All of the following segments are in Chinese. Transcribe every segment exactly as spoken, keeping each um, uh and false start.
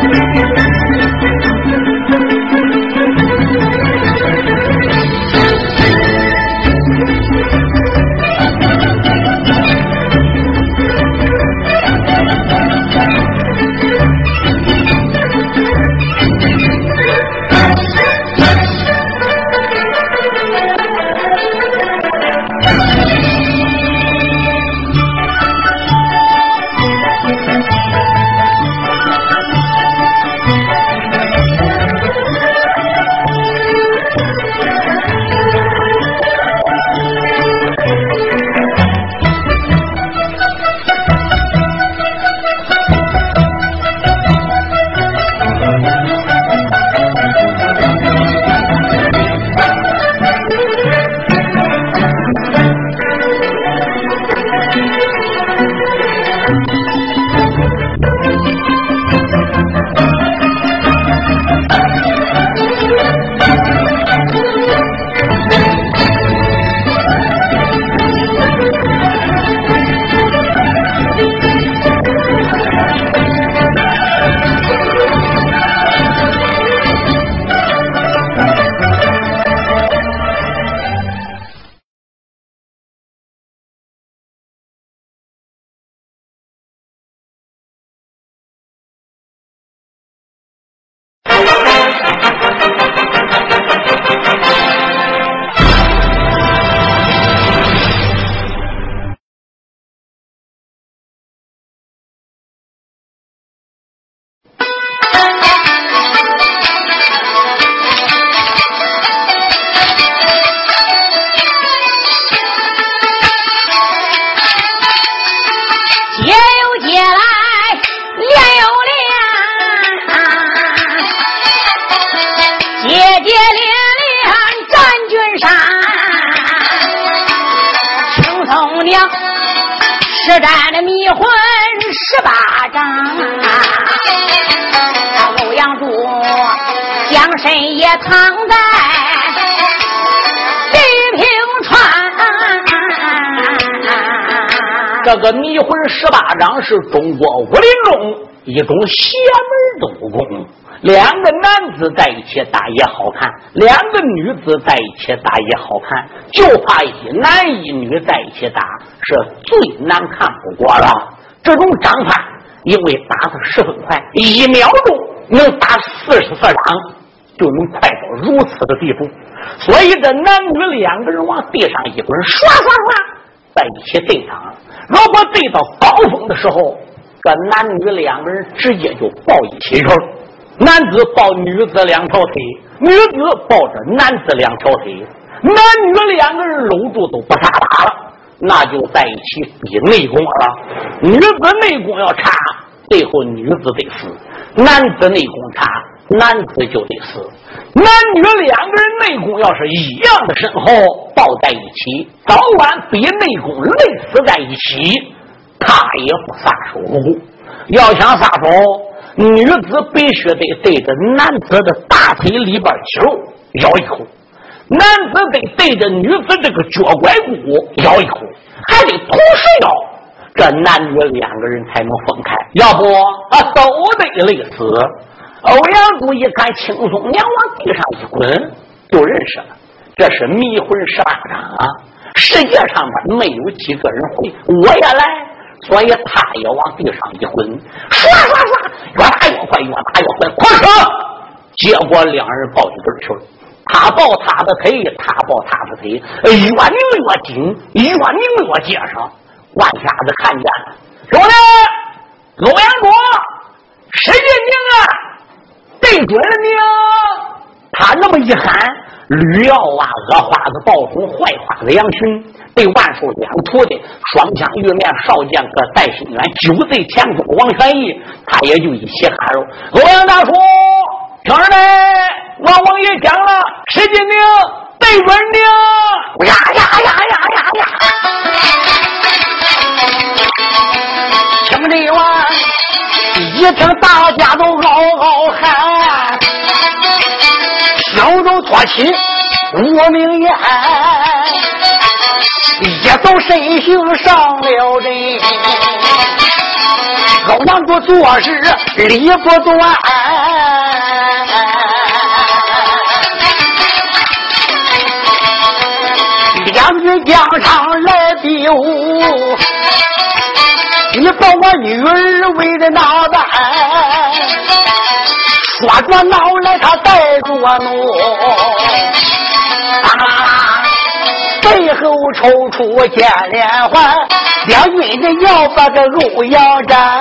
实战的迷魂十八掌，欧阳柱将身也藏在地平川。 这个迷魂十八掌是中国武林中一种邪门武功，两个男子在一起打也好看，两个女子在一起打也好看，就怕一男一女在一起打是最难看不过了。这种掌法因为打得十分快，一秒钟能打四十四掌，就能快到如此的地步，所以这男女两个人往地上一滚，唰唰唰在一起对打。如果对到高峰的时候，这男女两个人直接就抱一起去了，男子抱女子两条腿，女子抱着男子两条腿，男女两个人搂住都不杀打了，那就在一起比内功了。女子内功要差，最后女子得死；男子内功差，男子就得死。男女两个人内功要是一样的深厚，抱在一起，早晚比内功累死在一起，他也不撒手不顾。要想撒手，女子必须得对着男子的大腿里边肌肉咬一口，男子得对着女子这个脚拐骨咬一口，还得同时咬，这男女两个人才能分开，要不啊都得累死。欧阳柱一看轻松娘往地上一滚，就认识了，这是迷魂十八掌啊！世界上边没有几个人会，我也来，所以他也往地上一滚，唰唰唰，越打越快，越打越快，快车！结果两人抱一对去了，他抱他的腿，他抱他的腿，越拧越紧，越拧越结实。万瞎子看见了，兄弟，欧阳柱，使劲拧啊！对准了你，他那么一喊，吕耀啊、恶花子、暴虫、坏花子杨群被万寿两徒弟双枪玉面少剑客戴心远九贼前锋王全义，他也就一起喊了：欧阳大叔，听着没？老王爷讲了，使劲拧，对准拧，呀呀呀呀呀呀！听这话，一听大家都嗷嗷喊，心中托起无名烟，一走身形上了阵。欧阳主做事理不断，两军疆场来比武，你把我女儿围着脑袋，耍着脑来他带着我怒，啊，背后抽出剑连环，两军的要把个欧阳斩，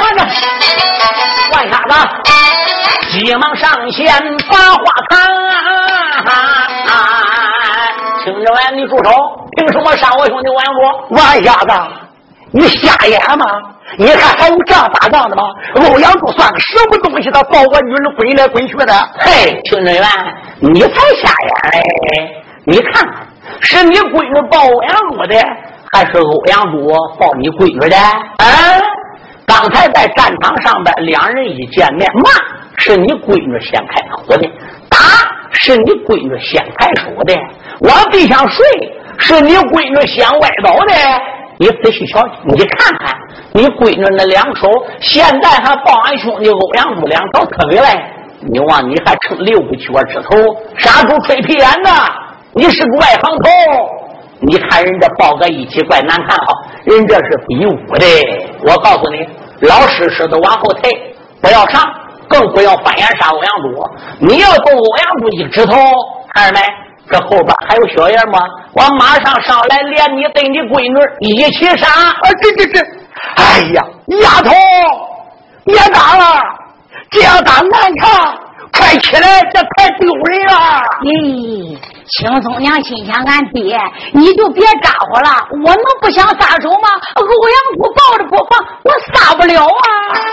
万瞎子急忙上前把话谈，听着完你住手，凭什么杀我兄弟王国？ 万瞎子你瞎眼吗？你看还有这样打仗的吗？欧阳柱算个什么东西？他抱我女儿滚来滚去的。 嘿，听着员，你才瞎眼嘞！你看看，是你闺女抱欧阳柱的，还是欧阳柱抱你闺女的？啊！刚才在战场上边，两人一见面，骂是你闺女先开口的，打是你闺女先开手的，往地上睡是你闺女先歪倒的。你仔细瞧瞧，你看看你闺女那两手，现在还抱俺兄弟欧阳柱两条腿来，你望你还撑六个脚趾头，杀猪吹皮眼的，你是个外行头。你看人家抱个一起怪难看好，人家是比武的。我告诉你，老实实的往后退，不要上，更不要翻眼杀欧阳柱。你要动欧阳柱一指头，看着没？这后边还有小爷吗？我马上上来，连你对你闺女一起杀！ 啊，这这这！哎呀，丫头，别打了，这样打难看，快起来，这太丢人了！ 咦，青松娘心想：俺爹，你就别咋呼了，我能不想撒手吗？欧阳谷抱着不放，我撒不了啊！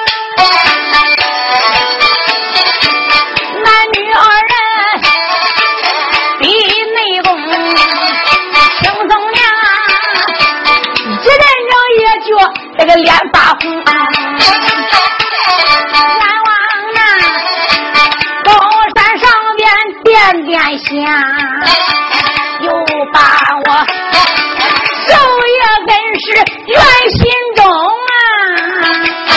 男女二人比内功，青松娘一人整也就这个脸发红，难忘那高山上边点点香，又把我手也跟是怨心中啊！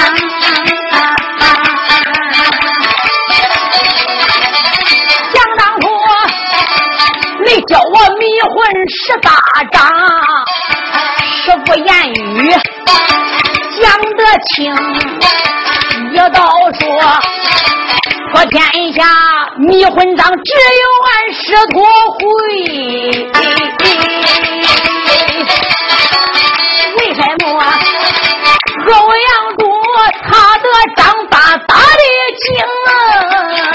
想当初你教我迷魂十八掌，师傅言语讲得清，也道说说天下迷魂掌只有俺师徒会，为什么欧阳柱他的掌把打得精啊？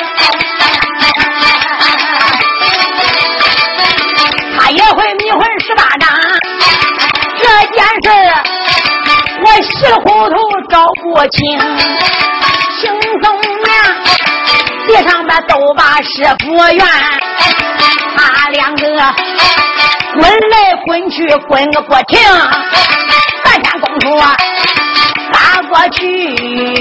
他也会迷魂十八掌，这件事我稀糊涂找不清。青松娘地上边都把师傅怨，他两个滚来滚去滚个不停，半天功夫啊打过去，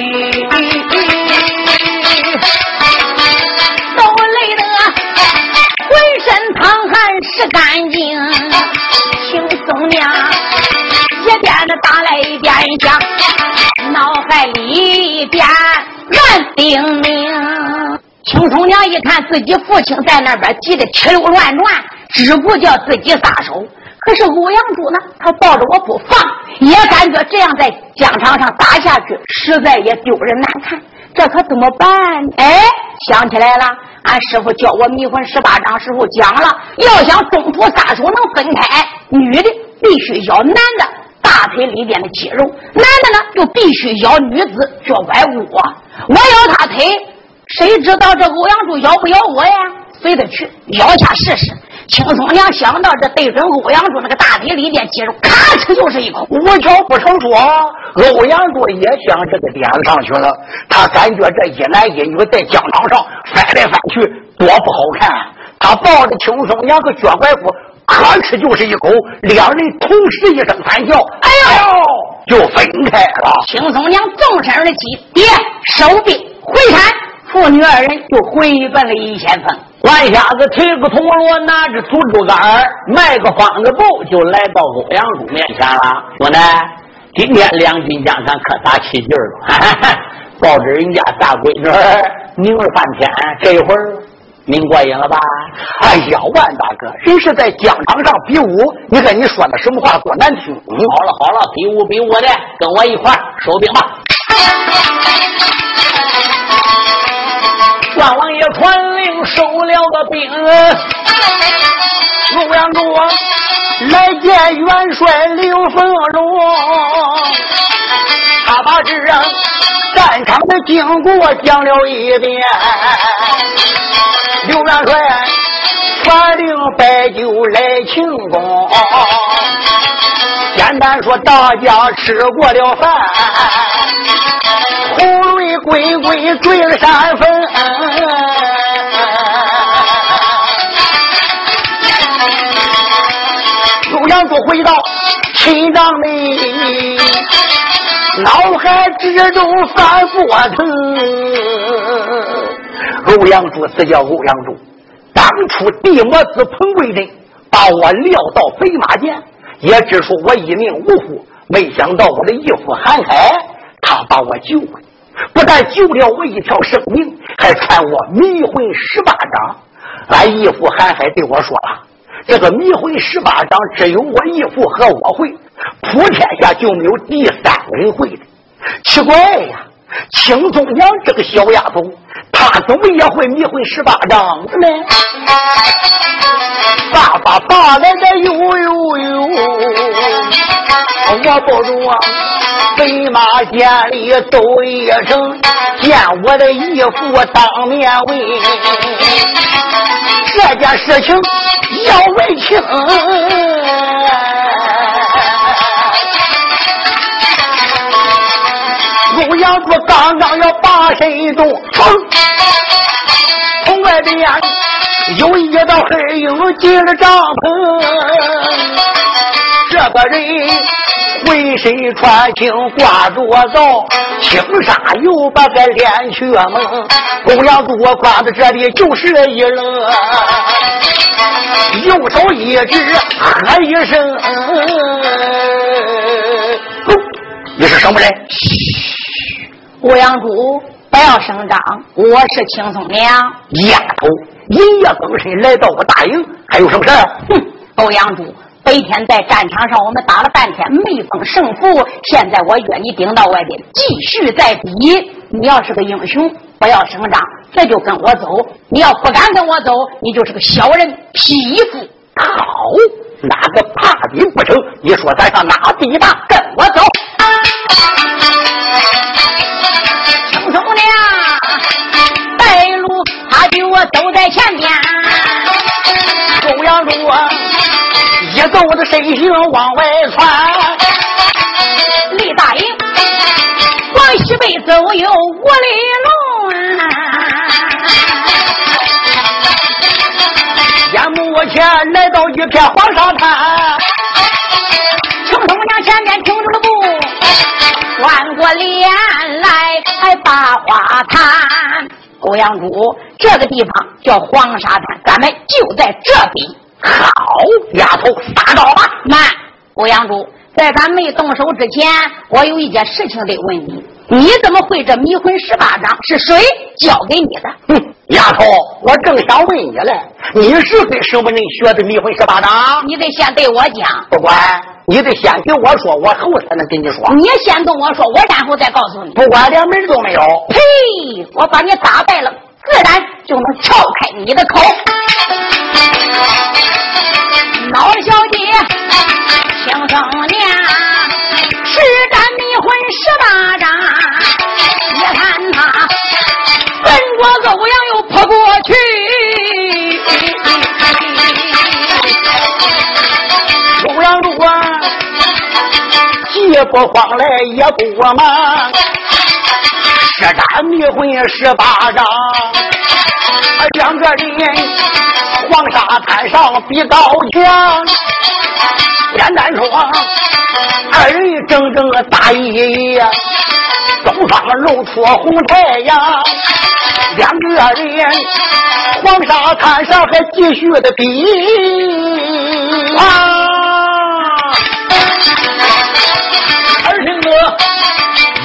都累得浑身淌汗湿干净。青松娘一边的打来一边想，脑海里边乱叮咛。青松娘一看自己父亲在那边急得铁溜乱转，只顾叫自己撒手。可是欧阳柱呢，他抱着我不放，也感觉这样在疆场上打下去实在也丢人难看，这可怎么办？哎，想起来了，俺师傅教我迷魂十八掌时候讲了，要想中途撒手能分开，女的必须咬男的大腿里边的肌肉，男的呢就必须咬女子脚拐窝。我咬他腿，谁知道这欧阳柱咬不咬我呀？随他去，咬下试试。青松娘想到这，对准欧阳柱那个大腿里边肌肉，咔哧就是一口。 无巧不成说，欧阳柱也向这个点上去了。他感觉这一男一女在疆场上翻来翻去，多不好看。他抱着青松娘个脚拐骨，咔哧就是一口，两人同时一声惨叫，哎呦，就分开了。 青松娘纵身而起，爹手臂回闪，父女二人就回奔了一线峰。 万瞎子推个铜锣，拿着土竹竿，迈个方子步，就来到欧阳柱面前了。说呢， 今天两军江山可打起劲儿了，哈哈，报纸人家大闺女拧了半天，这一会儿您过瘾了吧？ 哎呀，万大哥，人是在疆场上比武，你跟你说的什么话多难听？ 嗯、好了好了，比武比武的，跟我一块儿收兵吧。万王爷传令收了个兵， 欧阳柱来见元帅刘凤荣，他把这战场的经过讲了一遍。刘元帅传令摆酒来庆功，简单说大家吃过了饭，红蕊归归坠了山峰。欧阳柱回到秦帐内，脑海之中翻过腾。欧阳柱是叫欧阳柱，当初地魔子彭贵人把我撂到飞马涧，也只说我一命呜呼，没想到我的义父韩海他把我救回，不但救了我一条生命，还传我迷魂十八掌。俺义父韩海对我说了，这个迷魂十八掌只有我义父和我会，普天下就没有第三个人会的。奇怪呀，青松阳这个小丫头，她怎么也会迷魂十八掌呢？爸爸爸来的呦呦呦，我不住啊，飞马涧里走一程，见我的义父当面问，这件事情要问清。欧阳柱刚刚要拔身动，砰！从外边有一道黑影进了帐篷，这个人浑身穿青挂着皂，轻纱又把个脸却蒙。欧阳柱挂在这里就是一愣，右手一指喝一声，哦，你是什么人？ 欧阳柱，不要声张，我是青松娘。 丫头，一夜更深来到我大营，还有什么事？ 哼，欧阳柱，白天在战场上我们打了半天没分胜负，现在我约你顶到外边继续再比。你要是个英雄，不要声张，这就跟我走；你要不敢跟我走，你就是个小人匹夫。 好，哪个怕比不成？你说咱上哪比吧？ 跟我走。青松娘带路，他就我走在前边。 欧阳柱一走的身形往外窜， 李大营往西北走有五里路， 眼目前来到一片黄沙滩， 青松娘前面停住了步，转过脸来还把花谈。欧阳柱，这个地方叫黄沙滩，咱们就在这边。 好，丫头撒招吧。 慢，欧阳柱，在咱没动手之前，我有一件事情得问你，你怎么会这迷魂十八掌？是谁教给你的？ 哼，丫头，我正想问你嘞，你是对什么人学的迷魂十八掌？ 你得先对我讲。 不管，你得先给我说，我后才能跟你说。 你先跟我说，我然后再告诉你。 不管，连门都没有。 呸！我把你打败了，自然就能撬开你的口。老小姐，青松娘施展迷魂十八掌，你看他跟着欧阳又扑过去， 欧阳柱啊，既不慌来也不忙，施展迷魂十八掌，两个人黄沙滩上比高强，简单说二人整整打一夜，东方露出红太阳，两个人黄沙滩上还继续的比啊，而且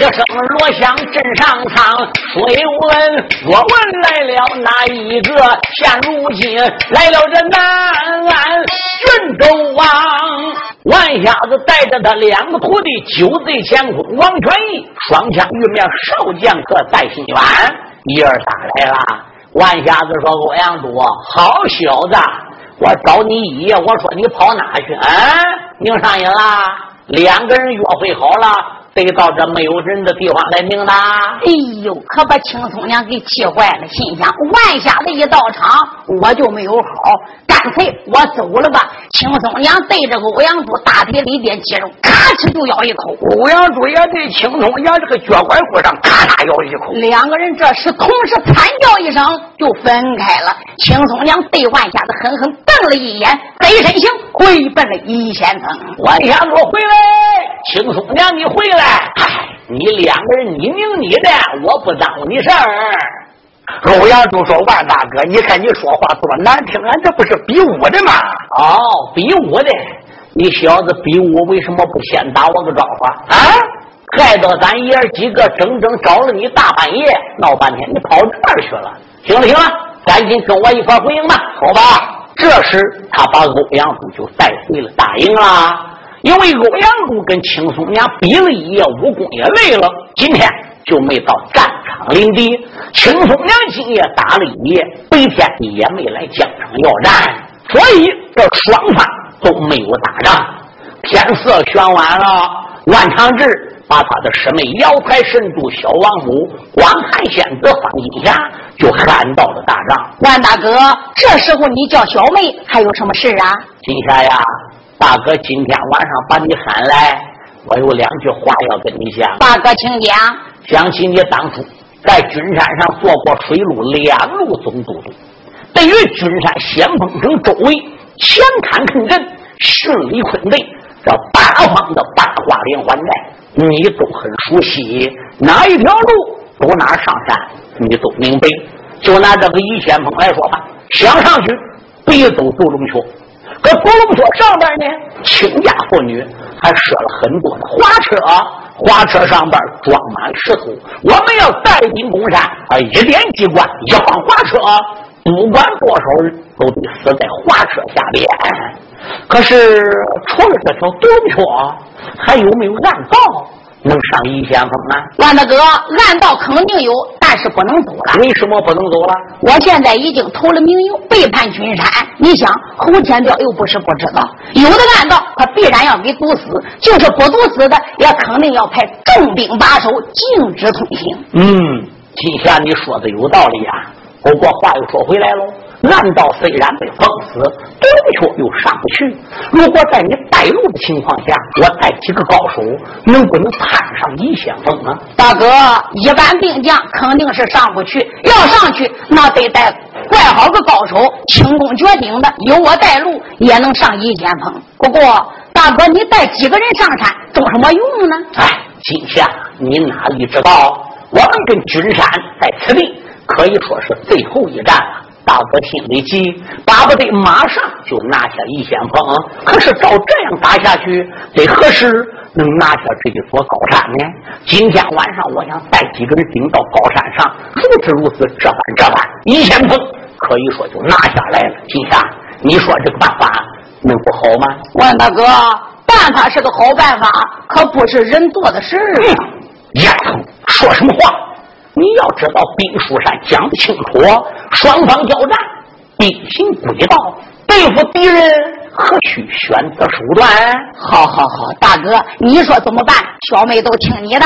声锣响震上苍，水问若问来了哪一个？现如今来了这南安郡州王，万瞎子带着他两个徒弟九贼乾坤王全义，双枪玉面少将客在心远，一二打来了。万瞎子说：“欧阳都，好小子，我找你一夜，我说你跑哪去？啊，拧上瘾啦！两个人约会好了，得到这没有人的地方来拧的。 哎呦，可把青松娘给气坏了，心想万瞎子一到场，我就没有好，干脆我走了吧。青松娘对着欧阳都大腿里边肌肉，咔哧就咬一口。 欧阳都也对青松娘这个脚拐骨上咔嚓咬一口。两个人这时同时惨叫一声，就分开了。青松娘对万瞎子狠狠瞪了一眼，飞身行回奔了一仙峰。 万瞎子回来，青松娘你回来。哎，你两个人你拧你的，我不耽误你事儿。 欧阳都说：“万大哥，你看你说话多难听，俺这不是比武的吗？” 哦，比武的，你小子比武为什么不先打我个招呼啊？害得咱爷儿几个整整找了你大半夜，闹半天，你跑这儿去了。行了行了，赶紧跟我一块回营吧。好吧。这时他把欧阳都就带回了大营啦。因为欧阳都跟青松娘比了一夜武功也累了，今天就没到战场领敌。青松娘今夜打了一夜，白天也没来疆场要战，所以这双方都没有打仗。天色旋晚了，万长志把他的师妹瑶台神都小王母广寒仙子方金霞就喊到了大帐。 万大哥，这时候你叫小妹还有什么事啊？ 金霞呀，大哥今天晚上把你喊来，我有两句话要跟你讲。 大哥请讲。 想起你当初在君山上做过水陆两路总督督，对于君山先锋城周围前坎坑阵训理坤队这八方的八卦连环带你都很熟悉，哪一条路走哪上山你都明白。就拿这个一先锋来说吧，想上去必走独龙丘，可独龙丘上边呢倾家妇女还设了很多的花车，花车上边装满石头，我们要带进攻山啊，一点机关一放花车，不管多少人都得死在花车下边。可是除了这条独龙丘，还有没有暗道能上一先锋呢？ 万大哥，暗道肯定有，但是不能走了。 为什么不能走了？ 我现在已经投了名营，背叛君山。你想，侯天彪又不是不知道，有的暗道他必然要给堵死，就是不堵死的，也肯定要派重兵把守，禁止通行。 嗯，金霞你说的有道理啊。不过话又说回来喽，暗道虽然被封死，独龙丘又上不去。如果在你带路的情况下，我带几个高手，能不能攀上一先锋呢？ 大哥，一般兵将肯定是上不去，要上去那得带怪好个高手，轻功绝顶的，有我带路也能上一先锋。不过大哥，你带几个人上山有什么用呢？ 哎，金霞，你哪里知道，我们跟君山在此地可以说是最后一战了。大哥心里急，巴不得马上就拿下一先锋。可是照这样打下去，得何时能拿下这一座高山呢？今天晚上我想带几个人顶到高山上，如此如此，这般这般，一先锋可以说就拿下来了。金霞，你说这个办法能不好吗？ 万大哥，办法是个好办法，可不是人做的事啊。 丫头，说什么话？你要知道兵书上讲得清楚，双方交战兵行轨道，对付敌人何须选择手段？ 好好好，大哥你说怎么办？小妹都听你的。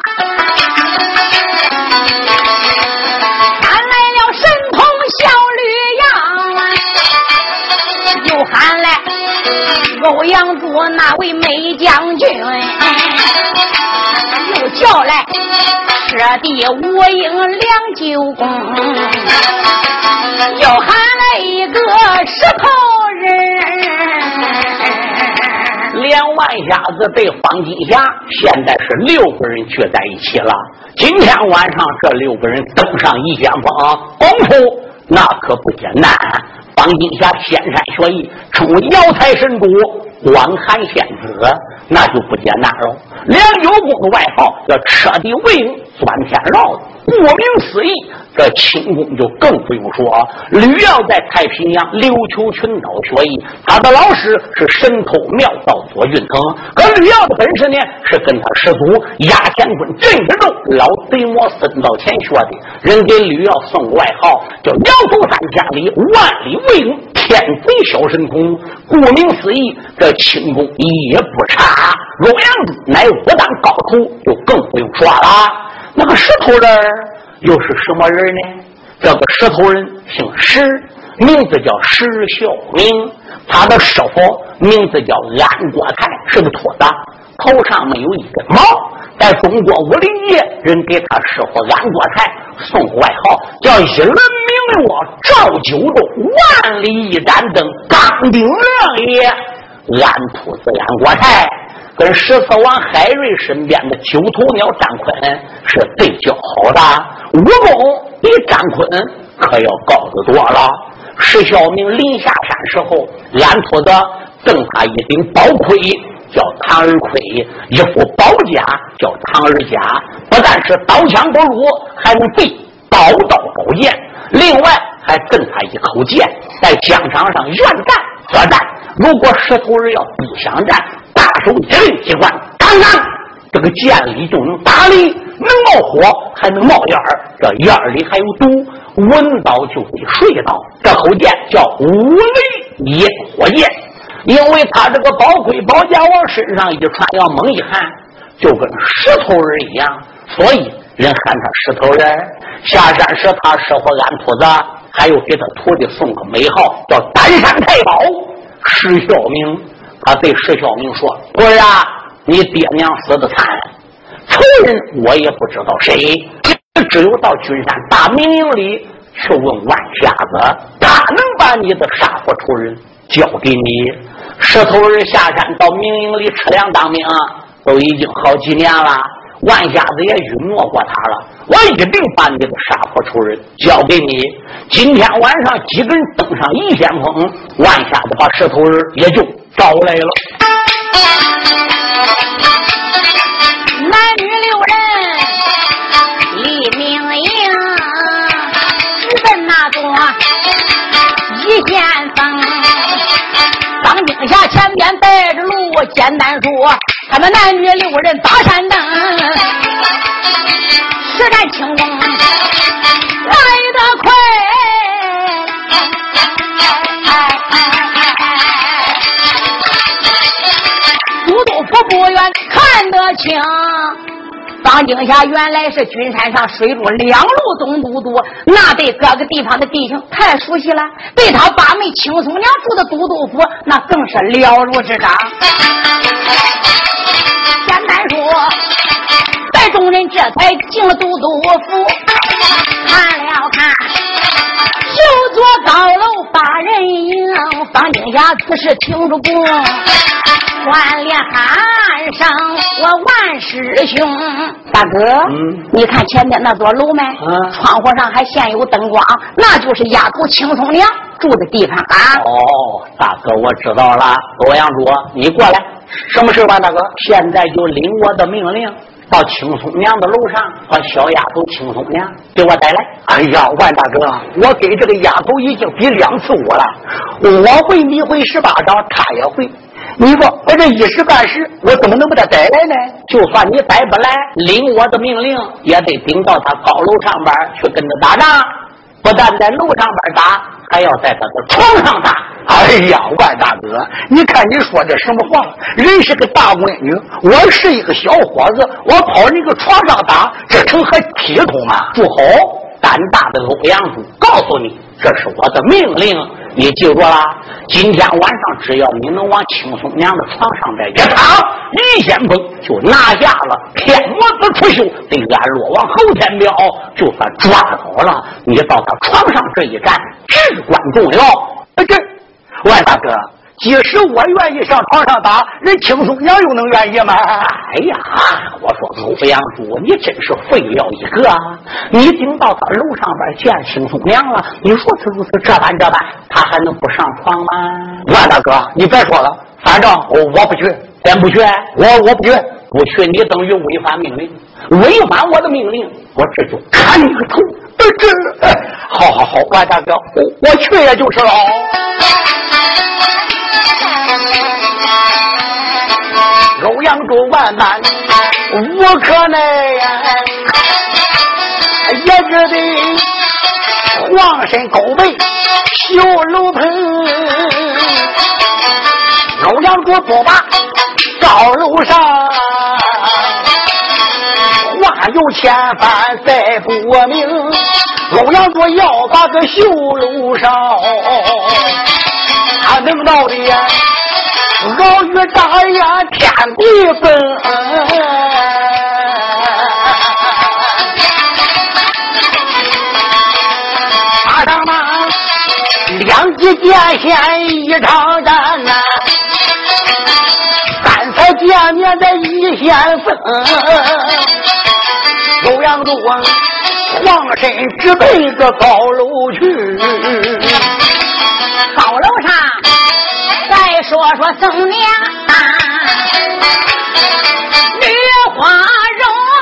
喊来了神童小吕阳，又喊来欧阳柱那位美将军，又叫来舍弟吴营梁九公，又喊来一个石头人。 连万瞎子对方金霞现在是六个人聚在一起了。今天晚上这六个人登上一先锋，功夫那可不简单。方金霞仙山学艺，成为瑶台神都， 广寒仙子，那就不简单了。梁九公的外号叫彻底为营钻天牢，顾名思义，这轻功就更不用说。吕耀在太平洋琉球群岛学艺，他的老师是神偷妙道左俊腾，可吕耀的本事呢，是跟他师祖压乾坤镇之咒老贼魔孙道前学的。人给吕耀送个外号叫摇头山家里万里为营天贼小神童。顾名思义，这轻功也不差。欧阳柱乃武当高徒，就更不用说了。那个石头人又是什么人呢？这个石头人姓石，名字叫石孝明，他的师傅名字叫安国泰，是个秃子，头上没有一根毛。在中国武林界，人给他师傅安国泰送个外号叫一人名落赵九州，万里一盏灯，钢钉亮也。安秃子安国泰跟十四王海瑞身边的九头鸟张坤是最交好的，武功比张坤可要高得多了。石孝明临下山时候，安秃子赠他一顶宝盔，叫唐儿盔，一副宝甲叫唐儿甲，不但是刀枪不入，还能背高刀宝剑，另外还赠他一口剑，在疆场上愿战则战。如果石头人要不想战，大手一拎机关，当当，这个剑里就能打雷，能冒火，还能冒烟儿，这烟儿里还有毒，闻到就比睡到。这口剑叫五雷烟火箭，因为他这个宝盔宝甲往身上一穿，要猛一喊，就跟石头人一样，所以人喊他石头人。下山时他师傅安秃子还有给他徒弟送个美号叫丹山太保。石孝明他对石孝明说：不是啊，你爹娘死的惨，仇人我也不知道谁，只有到君山大明营里去问万瞎子，他能把你的杀父仇人交给你。石头人下山到明营里吃粮当兵，都已经好几年了，万瞎子也允诺过他了，我一定把你的杀父仇人交给你。今天晚上几个人登上一先锋，万瞎子把石头人也就招来了。 男女六人立命营，直奔那座一先锋。张景霞前边带着路，简单说他们男女六人打山灯，实战轻功来得快，都督府不远看得清。方景霞原来是军山上水陆两路总都督，那对各个地方的弟兄太熟悉了，对他八妹青松娘住的都督府那更是了如指掌。简单说，在众人这才进了都督府，看了看有座高楼八人营，方景霞此时听着过换脸喊上我万师兄。大哥，嗯，你看前面那座楼没？嗯，窗户上还现有灯光，那就是丫头青松娘住的地方啊。 哦，大哥，我知道了。欧阳主，你过来， 什么事吧，大哥？ 现在就领我的命令，到青松娘的楼上，把小丫头青松娘给我带来。 哎呀，万大哥，我给这个丫头已经比两次我了，我会你会十八招，她也会。你说我这一时半时，我怎么能把他带来呢？ 就算你带不来，领我的命令也得顶到他高楼上边去跟他打仗，不但在楼上边打，还要在他的床上打。 哎呀，万大哥，你看你说这什么话？人是个大美女，我是一个小伙子，我跑你个床上打，这成何体统啊？ 住口！胆大的欧阳主告诉你，这是我的命令，你记住了。今天晚上只要你能往青松娘的床上边一躺，李先锋就拿下了天魔子出修的安洛王侯天彪，就算抓到了，你到他床上这一战至关重要。 这万大哥，即使我愿意上床上打，人青松娘又能愿意吗？ 哎呀，我说欧阳主，你真是废了一个啊！你顶到他楼上边见青松娘了，你说是不是这般这般，他还能不上床吗？ 万大哥，你别说了， 反正我我不去， 真不去， 我我不去， 不去你等于违反命令，违反我的命令，我这就砍你个头！这这，好好好，万大哥，我我去也就是了。欧阳州万般无可奈，也只得黄身狗背修楼棚。欧阳州不把高楼上，话有千番再不明。欧阳州要把个修楼上，他能闹的呀？鳌鱼大雁天地分，马上马两骑剑线一场战呐，三才见面的一线分。欧阳州黄身直奔着高楼去， 高楼上再说说僧娘啊，女花容，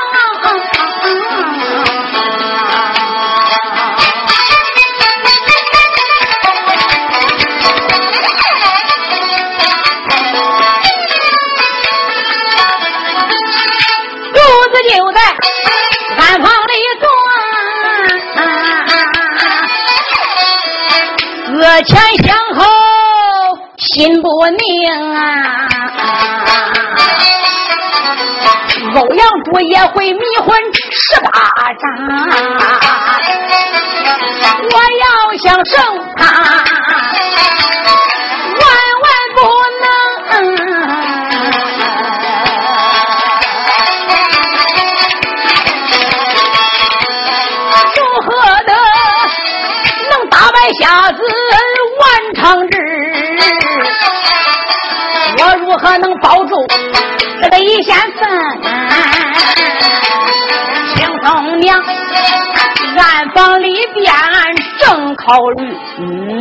肚子就在安房里坐，思前想后心不宁啊，欧阳珠也会迷魂十八掌，我要想胜他万万不能，如何的能打败瞎子万长志，我如何能保住这个一线分？青松娘暗房里边正考虑，嗯，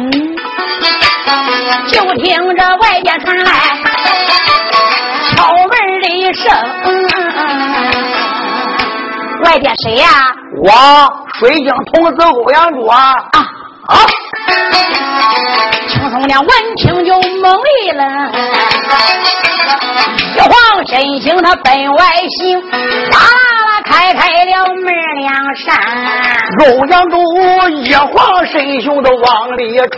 就听着外边传来敲门的一声，外边谁呀、啊？ 我水晶童子欧阳珠啊！ 啊，好。青松娘闻听就猛一愣，一晃身形他奔外行，哗啦啦开开了门两扇， 欧阳珠一晃身形的往里冲，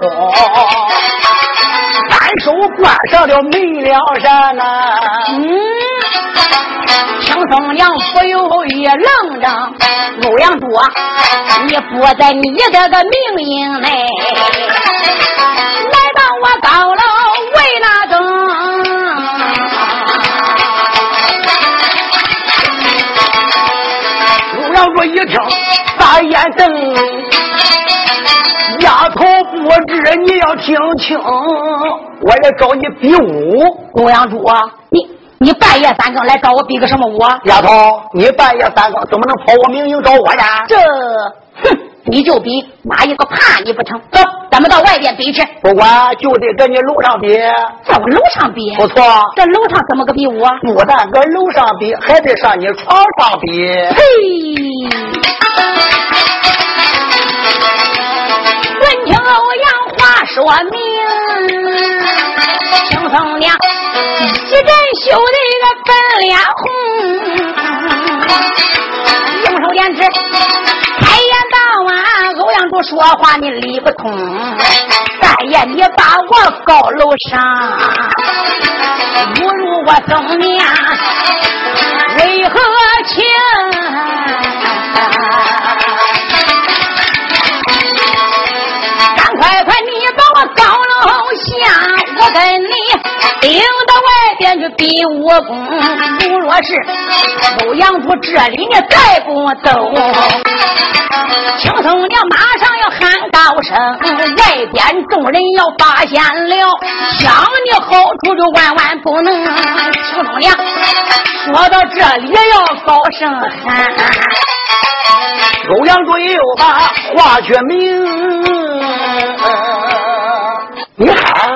单手关上了门两扇呐、啊。 嗯，青松娘不由一愣着，欧阳珠啊，你不在你这个命营内，来到我高楼为哪等？ 欧阳珠一听大眼瞪，丫头不知你要听清，我来找你比武。 欧阳珠啊，你你半夜三更来找我比个什么武？ 丫头，你半夜三更怎么能跑我明营找我呢？ 这，哼，你就比，哪一个怕你不成？走，咱们到外边比去。 不管，就得跟你楼上比。 在我楼上比？ 不错。 这楼上怎么个比武啊？ 不但搁楼上比，还得上你床上比。 嘿，闻听欧阳话说明，青松娘一阵羞的一个本脸红，用手点指，开言道啊，欧阳珠说话你理不通，但愿你把我高楼上侮辱我僧娘为何情？赶快快你把我高楼下，我跟你顶到外边去比武功。如若是欧阳珠这里你再不走，青松娘马上要喊高声，外边众人要发现了，想你好处就万万不能。青松娘说到这里要高声喊， 欧阳珠又把话却明，你喊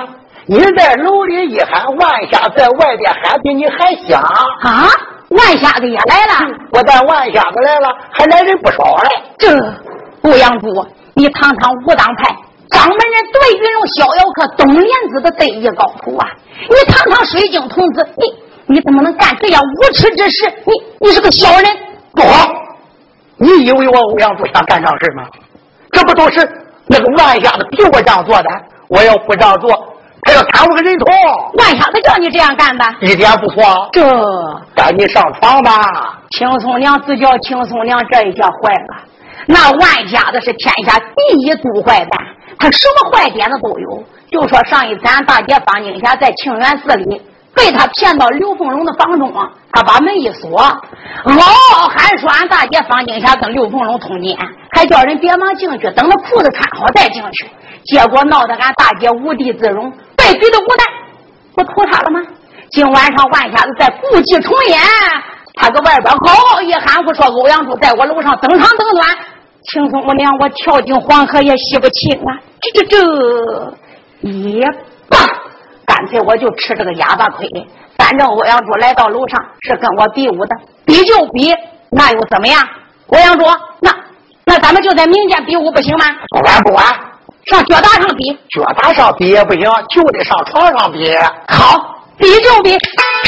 你在楼里一喊，万瞎在外边喊比你还响啊！万瞎子也来了， 不但万瞎子来了，还来人不少嘞。 这欧阳主，你堂堂武当派掌门人对云龙逍遥客东莲子的得意高徒啊！你堂堂水晶童子，你你怎么能干这样无耻之事？你你是个小人！ 不好！你以为我欧阳主想干这事吗？这不都是那个万瞎子逼我这样做的？我要不这样做，他要砍我个人头。 万瞎子叫你这样干的， 一点不错。 这赶紧上床吧。 青松娘自叫青松娘，这一下坏了。那万瞎子是天下第一毒坏蛋，他什么坏点子都有。就说上一次俺大姐方静霞在清源寺里被他骗到刘凤龙的房中啊，他把门一锁，嗷嗷喊说俺大姐方静霞跟刘凤龙通奸，还叫人别忙进去，等着裤子穿好再进去。结果闹得俺大姐无地自容，被逼得无奈，不图他了吗？今晚上万瞎子再故伎重演，他搁外边嗷嗷一喊不说欧阳柱在我楼上登长登短，青松我娘我跳进黄河也洗不清啊！这这这也罢，干脆我就吃这个哑巴亏。反正欧阳柱来到楼上是跟我比武的，比就比，那又怎么样？欧阳柱，那那咱们就在民间比武不行吗？ 不管不管， 上脚打上比， 脚打上比也不行，就得上床上比。 好，比就比。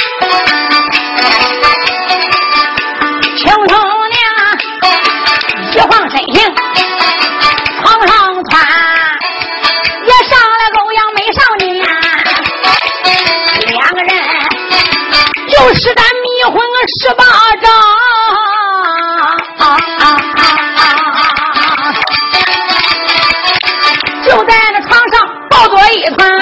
青头娘一晃身形床上窜，也上了欧阳美少年，两个人又是咱迷魂十八招，就在那床上抱作一团，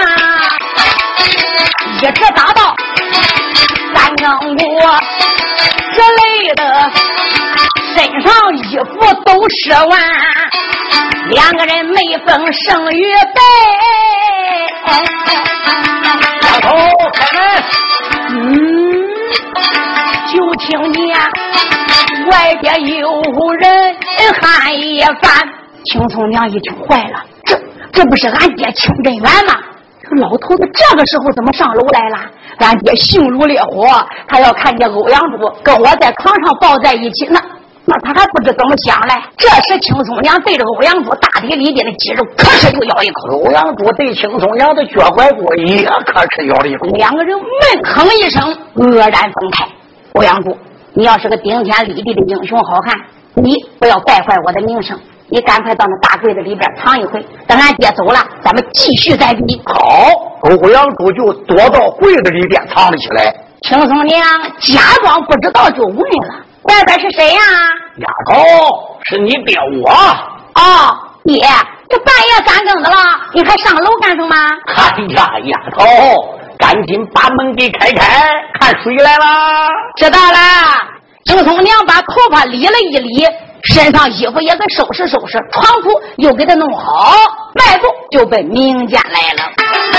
一直打到三更过，这累的身上衣服都湿完，两个人没分胜与败。 老头开门。 嗯，就听见外边有人喊一番。青松娘一听坏了，这这不是俺爹清真元吗？这老头子这个时候怎么上楼来了？俺爹性如烈火，他要看见欧阳柱跟我在床上抱在一起，那那他还不知怎么想嘞。这时青松娘对着欧阳柱大腿里边的肌肉可是就咬一口， 欧阳柱对青松娘的脚拐骨也可是咬了一口， 两个人闷哼一声，愕然分开。欧阳柱，你要是个顶天立地的英雄好汉，你不要败坏我的名声，你赶快到那大柜子里边藏一回，等俺爹走了咱们继续再比。 好，欧阳柱就躲到柜子里边藏了起来。 青松娘假装不知道就问了，外边是谁呀、啊？ 丫头，是你爹我。 哦，爹，这半夜三更的了，你还上楼干什么？ 哎呀，丫头，赶紧把门给开开，看谁来了。 知道了。青松娘把头发理了一理，身上衣服也给收拾收拾，床铺又给他弄好，迈步就奔民间来了。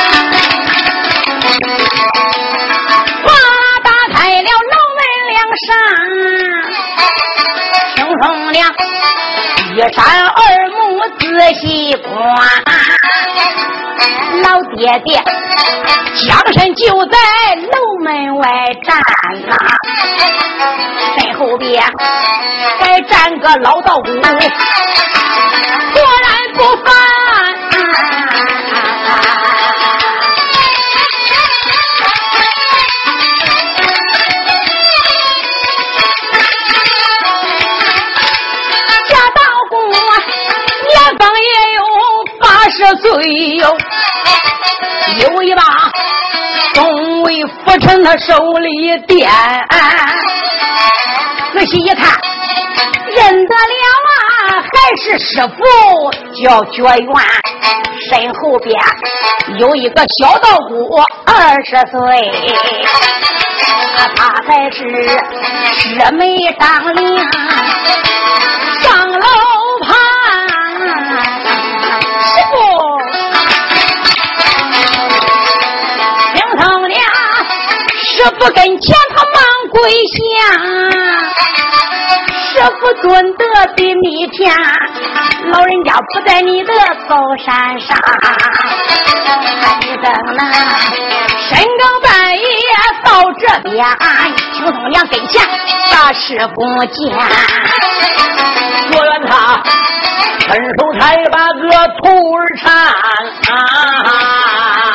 哗啦打开了楼门两扇，青松娘一扇二目仔细观，老爹爹将身就在楼门外站呐、啊，身后边还站个老道姑，果然不凡。家道姑年方也有八十岁哟，有一把东魏浮尘他手里点，仔细一看认得了啊，还是师傅叫觉元，身后边有一个小道姑二十岁，他才是师妹当领上楼盘，师傅领上了师傅跟前他忙跪下，师傅尊德比你天，老人人家不在你的高山上，你等呢？深更半夜到这边，秦松娘跟前大事不见， 我愿他伸手才把个兔儿缠啊，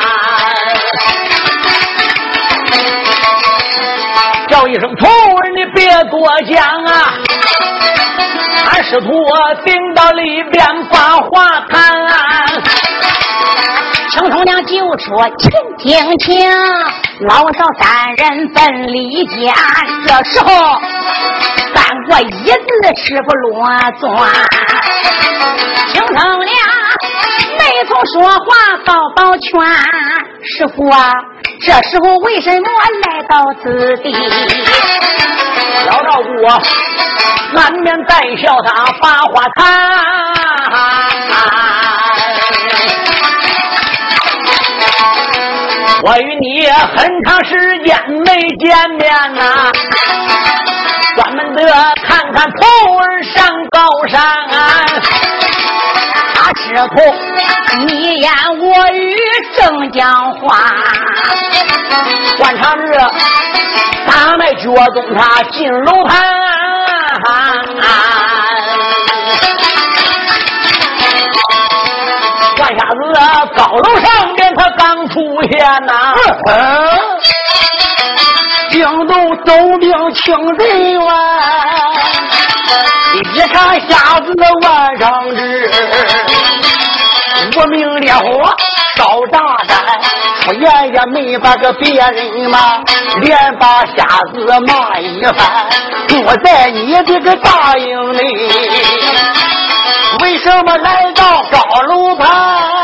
叫一声兔儿，你别多讲啊！俺师徒顶到里边把话谈。 程松娘就说：“请听听，老少三人奔里间。”这时候，三个一字师傅落钻。程松娘没从说话到保全，师傅啊，这时候为什么来到此地？ 老道姑满面带笑，他把话谈。我与你很长时间没见面呐、啊，专门的看看兔儿上高山。 他师徒你言我语正讲话， 惯常日大麦脚动他进楼盘。半下子高楼上面他刚出现呐、啊， 嗯，惊动走兵清人员，一看瞎子万上之，无名烈火烧炸弹，出言也没把个别人骂，连把瞎子骂一番。我在你这个大营里，为什么来到高楼盘？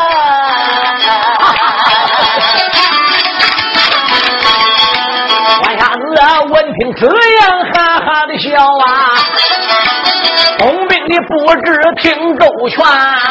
万瞎子闻听此言，哈哈的笑啊！东兵的不知听周全，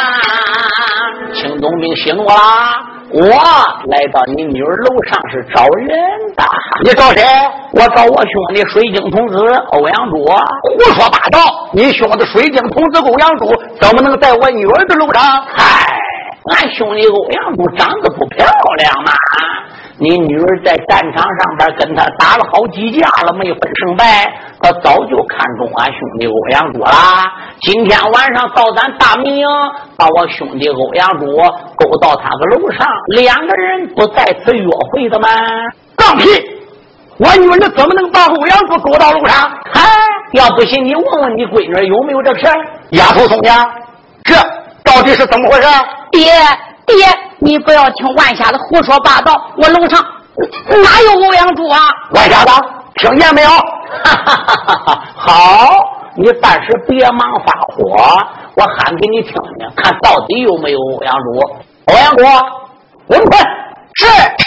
秦东兵息怒啦！我来到你女儿楼上是找人的， 你找谁？ 我找我兄弟水晶童子欧阳柱。 胡说八道！你兄弟水晶童子欧阳柱怎么能在我女儿的楼上？ 嗨，俺兄弟欧阳柱长得不漂亮嘛！你女儿在战场上边跟他打了好几架了，没分胜败，他早就看中俺兄弟欧阳柱啦。今天晚上到咱大明营，把我兄弟欧阳柱勾到他个楼上，两个人不在此约会的吗？ 放屁！我女儿怎么能把欧阳柱勾到楼上？ 嗨，要不信你问问你闺女有没有这事儿？ 丫头松娘，这到底是怎么回事？ 爹爹，你不要听万瞎子胡说八道，我楼上哪有欧阳柱啊？ 万瞎子，听见没有？ 哈哈哈哈！好，你暂时别忙发火，我喊给你听听，看到底有没有欧阳柱。欧阳柱，文坤是。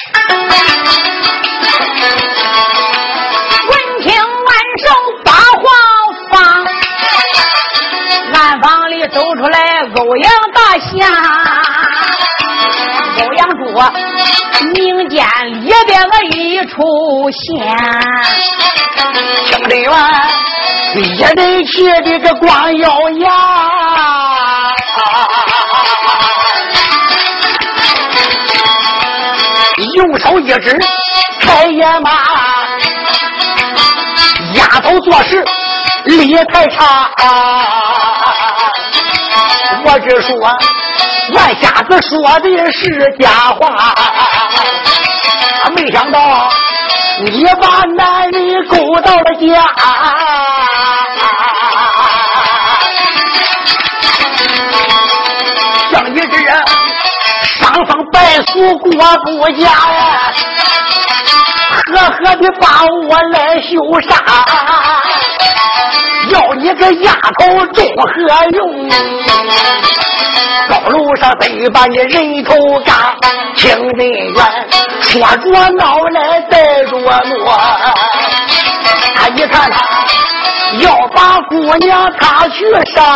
闻听万寿把话放，暗房里走出来欧阳大侠。欧阳柱民间里边的一出现， 清理员也得气的个光咬牙，用手一指开眼骂，丫头做事理太差，我只说万瞎子说的是假话，没想到你把男人勾到了家，像一只伤风败俗过不家呀，呵呵的把我来羞杀，要你个丫头中何用？高楼上得把你人头嘎，听人员说着闹来带着我，他一看他要把姑娘他去杀，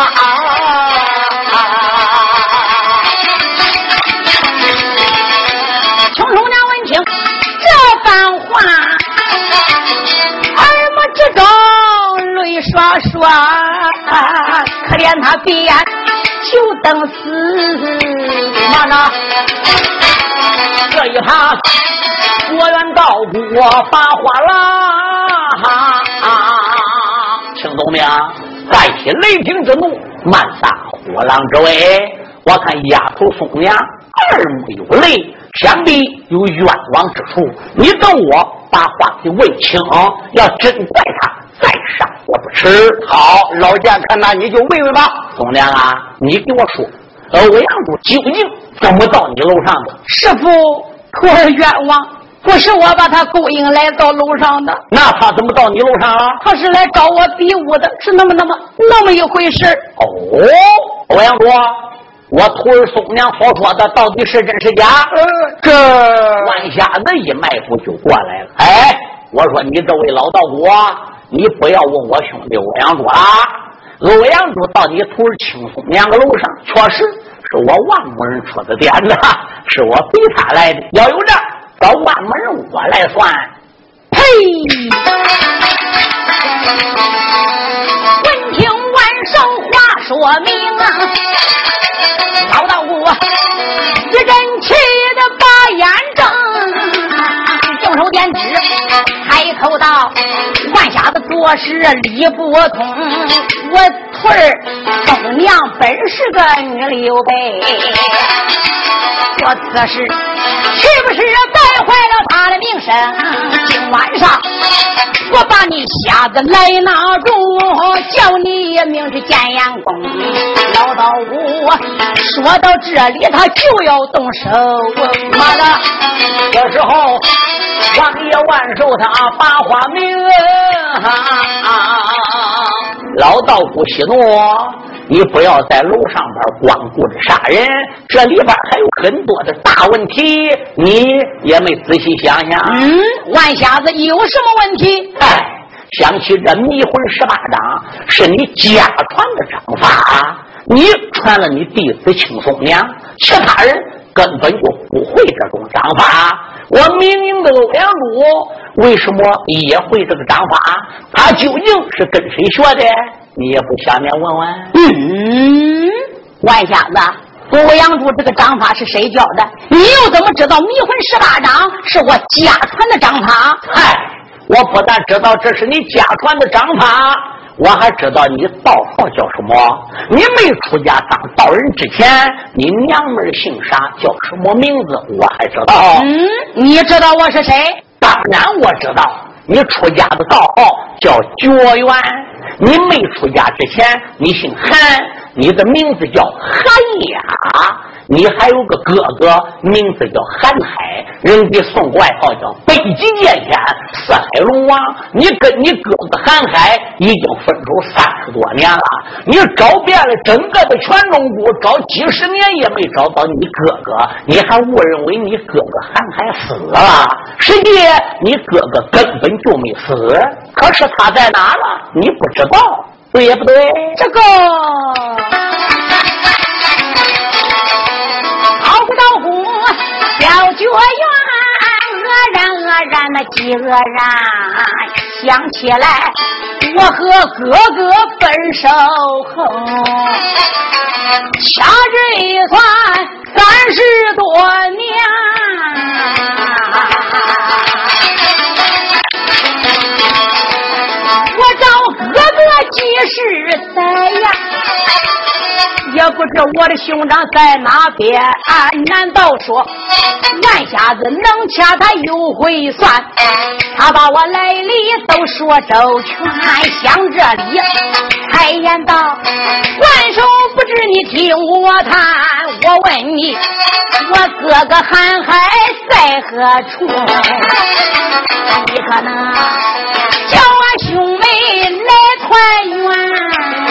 청松娘闻听这番话，耳目之中泪刷刷，可怜他闭眼休等死。 嘛呢？这一趴我愿到国发花啦！听懂没有？再起雷霆之怒，漫撒火狼之威。我看丫头松娘二目有泪，想必有冤枉之处。你等我把话给问清，要真怪他，再杀我不迟。 好，老剑客，那你就问问吧。 松娘啊，你给我说，欧阳柱究竟怎么到你楼上的？ 师傅，徒儿冤枉，不是我把他勾引来到楼上的。 那他怎么到你楼上了？ 他是来找我比武的，是那么那么那么一回事。 哦，欧阳柱，我徒儿松娘所说的到底是真是假？ 呃，这万瞎子一迈步就过来了。哎，我说你这位老道姑，你不要问我兄弟欧阳柱啊。欧阳柱到你徒儿青松娘个楼上，确实是我万某人出的点子，是我逼他来的。要有这找万某人我来算。 呸！闻听万寿话说明啊，老道姑一阵气的把眼睁，用手点指，开口道：万瞎子做事理不通，我徒儿松娘本是个女刘备，做此事是不是败坏了他的名声？今晚上我把你瞎子来拿住，叫你明是见阎公。老道姑说到这里，他就要动手。妈的， 这时候王爷万寿他把话明，老道姑息怒，你不要在楼上边光顾着杀人，这里边还有很多的大问题，你也没仔细想想。 嗯，万瞎子有什么问题？ 哎，想起这迷魂十八掌是你家传的掌法，你传了你弟子青松娘，其他人根本就不会这种掌法。我明明的欧阳柱为什么也会这个掌法？他究竟是跟谁学的？你也不下面问问？ 嗯，万瞎子，欧阳柱这个掌法是谁教的？你又怎么知道迷魂十八掌是我家传的掌法？ 嗨，我不但知道这是你家传的掌法，我还知道你道号叫什么。你没出家当道人之前，你娘们姓啥，叫什么名字，我还知道。 嗯，你知道我是谁？ 当然我知道，你出家的道号叫觉元。你没出家之前，你姓韩，你的名字叫韩雅。你还有个哥哥，名字叫韩海，人给送外号叫北极剑仙、四海龙王。你跟你哥哥韩海已经分手三十多年了，你找遍了整个的全中国，找几十年也没找到你哥哥，你还误认为你哥哥韩海死了，实际你哥哥根本就没死，可是他在哪了？你不知道，对不对？ 这个老虎小觉元，愕然愕然那饥愕然，想起来我和哥哥分手后，掐指一算三十多年，我找哥哥几时在呀？也不知我的兄长在哪边，啊、难道说万瞎子能掐他又会算？他把我来历都说周全，想这里开言道：万寿不知你听我谈，我问你，我哥哥韩海在何处？你可能叫我兄妹来团圆。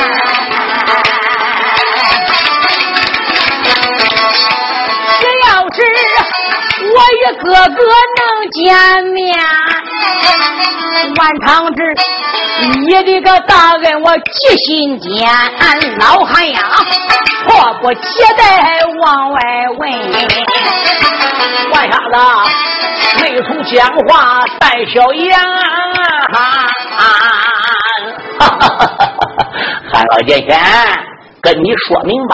我与哥哥能见面，万长志，你的个大恩我记心间，老汉呀，迫不及待往外问。 万瞎子，内从讲话带小言，韩老剑仙，跟你说明吧，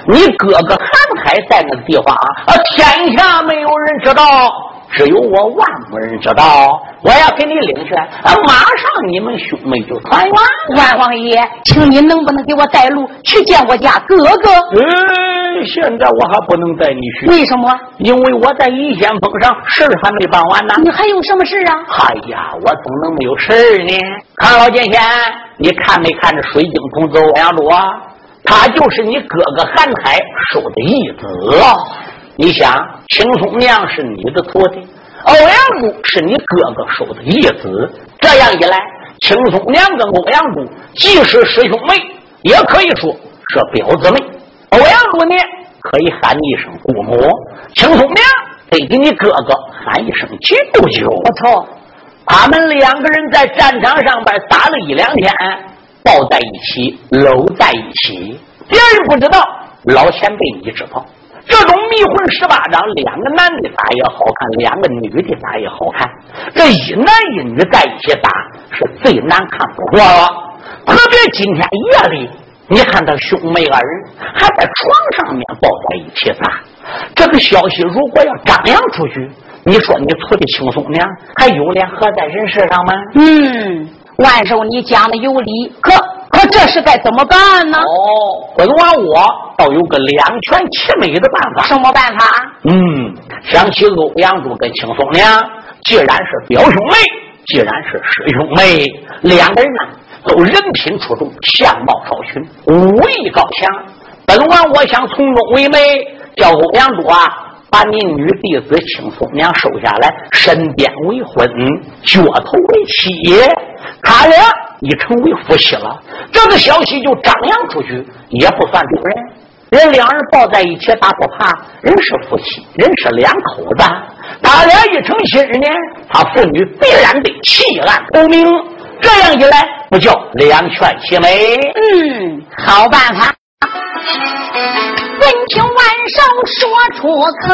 你哥哥韩海在那个地方啊，天下没有人知道，只有我万夫人知道。我要给你领去，啊，马上你们兄妹就团圆。 万王爷，请你能不能给我带路去见我家哥哥？ 嗯，现在我还不能带你去。 为什么？ 因为我在一线峰上事还没办完呢。 你还有什么事啊？ 哎呀，我总能没有事呢。看老剑仙，你看没看这水晶童子欧阳柱啊？他就是你哥哥韩海收的义子。哦，你想，青松娘是你的徒弟，欧阳柱是你哥哥收的义子，这样一来，青松娘跟欧阳柱既是师兄妹，也可以说是表姊妹。欧阳柱呢，可以喊一声姑母；青松娘得给你哥哥喊一声舅舅。 我操！ 他们两个人在战场上边打了一两天，抱在一起，搂在一起，别人不知道，老前辈你知道。这种迷魂十八掌，两个男的打也好看，两个女的打也好看。这一男一女在一起打是最难看不过了。特别今天夜里，你看他兄妹二人还在床上面抱在一起打，这个消息如果要张扬出去，你说你徒弟青松娘还有脸活在人世上吗？ 嗯，万寿你讲的有理，可可这是该怎么办呢？ 哦，本王我倒有个两全其美的办法。 什么办法？ 嗯，想起欧阳柱跟青松娘，既然是表兄妹，既然是师兄妹，两个人呢都人品出众，相貌超群，武艺高强。本王我想从中为媒，叫欧阳柱啊，把你女弟子青松娘收下来，身边为婚，脚头为妻，他俩已成为夫妻了。这个消息就张扬出去，也不算丢人。人两人抱在一起打不怕，人是夫妻，人是两口子，他俩一成亲呢，他父女必然得弃暗投明。这样一来，不叫两全其美？ 嗯，好办法。闻听万寿说出口，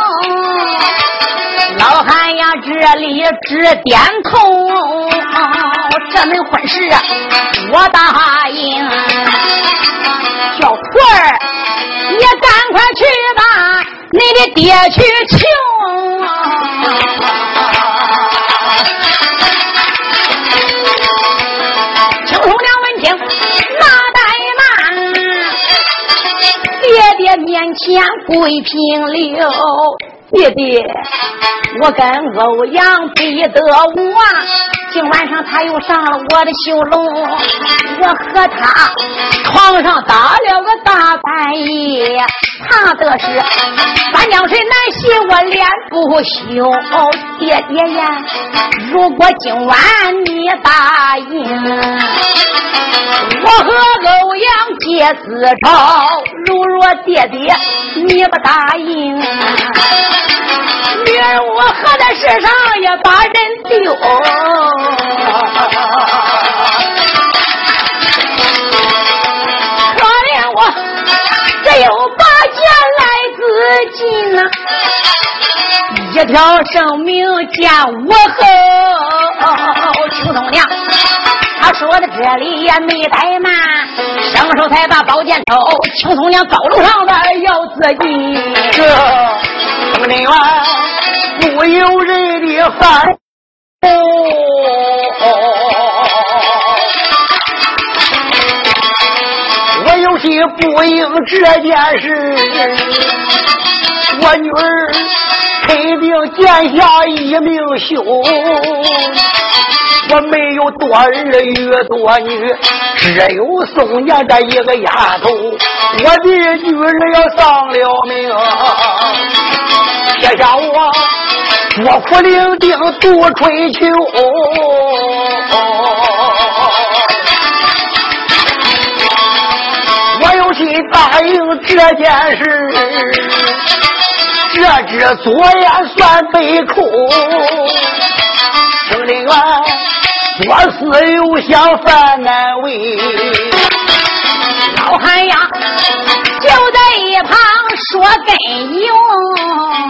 老汉呀这里直点头，这门婚事我答应，叫魂儿也赶快去吧，你的爹去求。青松娘闻听那怠慢，爹爹面前跪平了，爹爹，我跟欧阳背得我，今晚上他又上了我的绣楼，我和他床上打了个大半夜，他的是三江水难洗我脸不休。爹爹呀，如果今晚你答应，我和欧阳结私仇，如若爹爹你不答应，女儿我何在世上也把人丢。可怜我只有八件来自尽啊，一条生命见我后。青松娘他说的这里也没怠慢，伸手才把宝剑抽，青松娘高楼上的要自尽。 这什么人员不由人的反我有些不应这件事，我女儿肯定见下一名兄，我没有多儿与多女，只有宋家的一个丫头，我的女儿要丧了命，撇下我我苦伶仃独追求，我有心答应这件事，这只左眼算背哭，听令员左思右想犯难为， 老汉呀就在一旁说根由，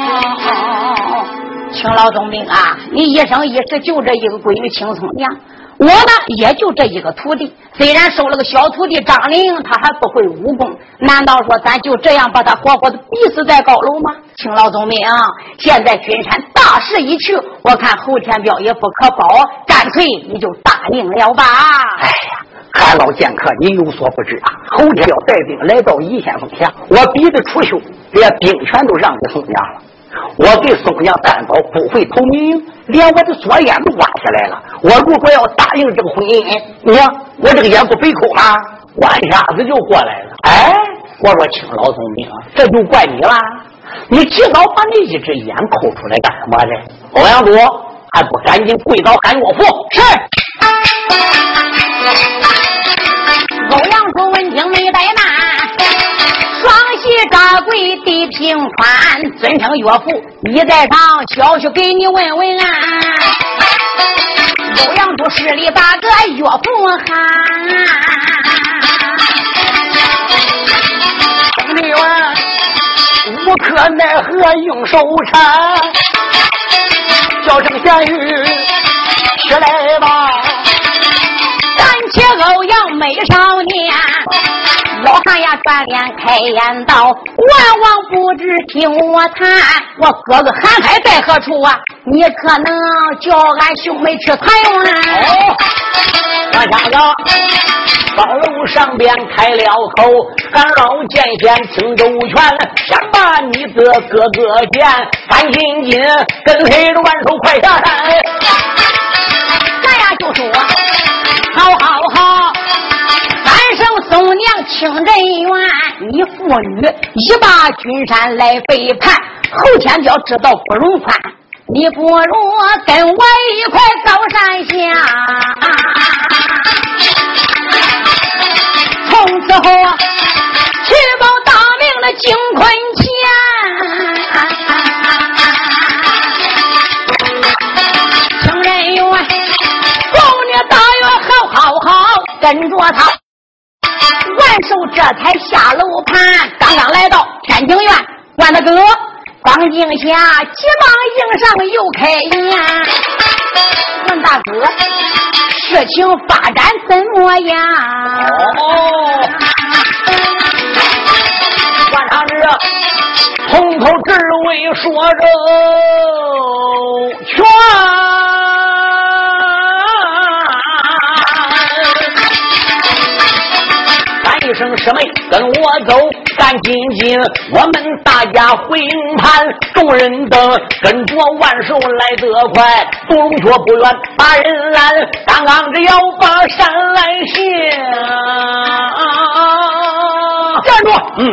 请老总兵啊，你一生一世就这一个闺女青松娘， 我呢也就这一个徒弟，虽然收了个小徒弟张玲，他还不会武功，难道说咱就这样把他活活的逼死在高楼吗？请老宗明，现在君山大势已去，我看侯天彪也不可保，干脆你就答应了吧。 哎呀，韩老剑客，你有所不知啊，侯天彪带兵来到一线峰下，我逼得出秀，连兵权都让给宋江了。我给宋江担保不会投明，连我的左眼都挖下来了。我如果要答应这个婚姻，你看我这个眼不背扣吗？ 晚下子就过来了。 哎， 我说请老宗明，这就怪你啦！你提早把那一只眼抠出来干什么的？欧阳祖还不赶紧跪倒喊岳父？ 是。欧阳祖闻听没怠慢，双膝扎跪地平宽，尊称岳父，你在上，小婿给你问问啊。欧阳祖势力大个岳父喊， 兄弟们无可奈何用手缠，叫声贤婿起来吧。 咱且欧阳美少年，老汉呀转脸开言道，万望不知听我谈，我哥哥韩海在何处啊？你可能叫俺兄妹去团圆。 哦，那下子高楼上边开了口，俺老剑仙听周全，先把你的哥哥见，赶紧紧跟随着万手快下山。 咱呀就说好好好，三声宋娘清人缘，你父女一把君山来背叛，后天彪知道不容宽，你不如跟我一块高山下。从此后啊，去报大名的金坤前，清人缘，后年大约好好好跟着他。万寿这才下楼盘，刚刚来到天津院，万大哥方静下急忙迎上又开言，问大哥事情发展怎么样？ 哦，万长志从头至尾说着全，喊一声师妹跟我走，赶紧紧我们大家回营盘，众人等跟着万寿来得快，独龙却不远把人拦，刚刚只要把山来下，站住！嗯，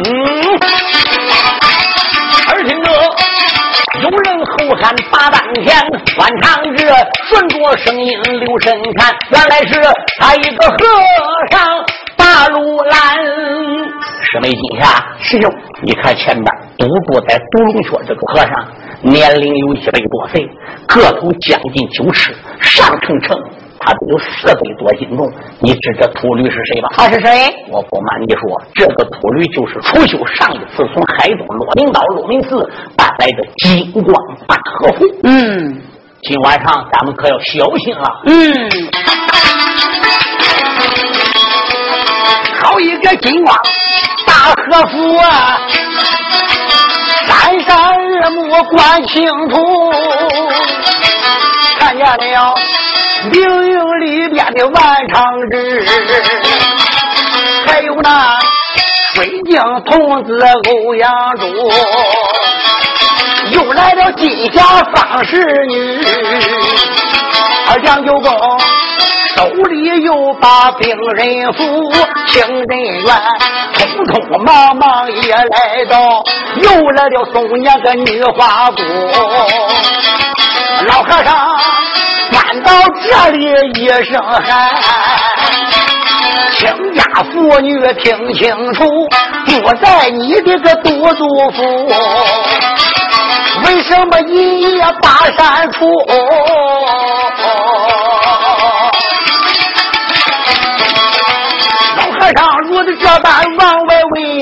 而听着有人后喊八半天，万长志顺着声音留神看，原来是他一个和尚大路兰。师妹今下，师兄，你看前边独坐在独龙穴这个和尚，年龄有一百多岁，个头将近九尺，上称称他都有四百多斤重。你知这秃驴是谁吧？ 他是谁？ 我不瞒你说，这个秃驴就是楚秀上一次从海东罗明岛罗明寺搬来的金光大和符。 嗯， 今晚上咱们可要小心了。 嗯， 好一个金光大和符啊，三山二目观清楚，看见了灵营里边的万长志，还有那水晶童子欧阳柱，又来了金霞方氏女，二将九公手里又把病人扶，情人院匆匆忙忙也来到，又来了宋娘个女花姑，老和尚翻到这里一声喊，亲家妇女听清楚，不在你的个都督府，为什么一夜把山出？老和尚如的这般往外问，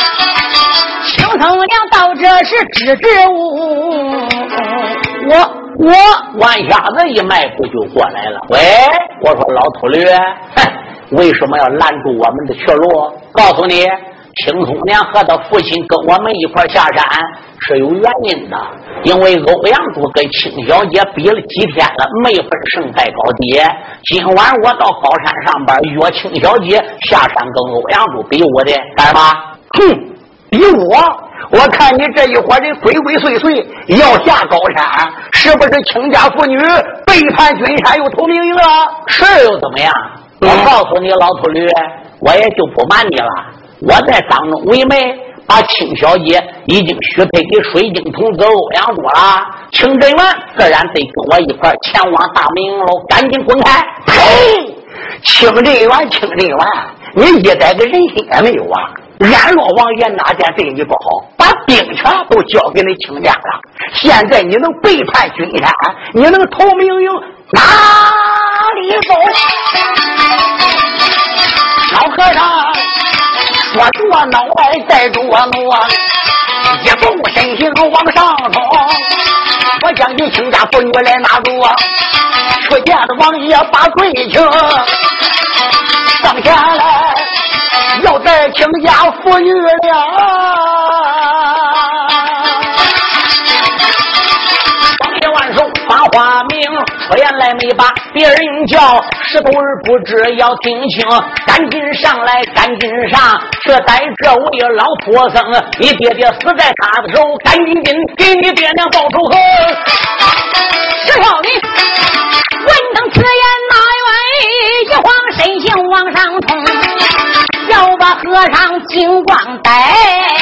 青僧娘到这是支支吾吾，我我弯下子一迈步就过来了。喂，我说老秃驴，为什么要拦住我们的去路？告诉你，青松娘和他父亲跟我们一块下山是有原因的，因为欧阳柱跟青小姐比了几天了，没分胜败高低。今晚我到高山上边约青小姐下山跟欧阳柱比武的，干嘛？ 哼，比我。我看你这一伙人鬼鬼祟祟要下高山，是不是亲家妇女背叛君山又投明营了？ 是又怎么样？我告诉你老秃驴，我也就不瞒你了，我在当中为媒，把青小姐已经许配给水晶童子欧阳柱了。清真元自然得跟我一块前往大明营喽，赶紧滚开！ 嘿，清真元，清真元，你一点个人心也没有啊！安洛王爷哪件对你不好，把兵权都交给你亲家了，现在你能背叛君山，你能投明营，哪里走？老和尚说着脑袋带着我怒，一动身形往上冲，我将你亲家妇女来拿住，出见的王爷把罪情上下来要带亲家妇女了。 王爷万寿发花名，出言来没把别人叫，石头儿不知要听清，赶紧上来赶紧上，这带这位老佛僧，你爹爹死在他的手，赶紧紧给你爹娘报仇恨。 石小明闻等此言，那位一晃身形往上冲，要把和尚金光带。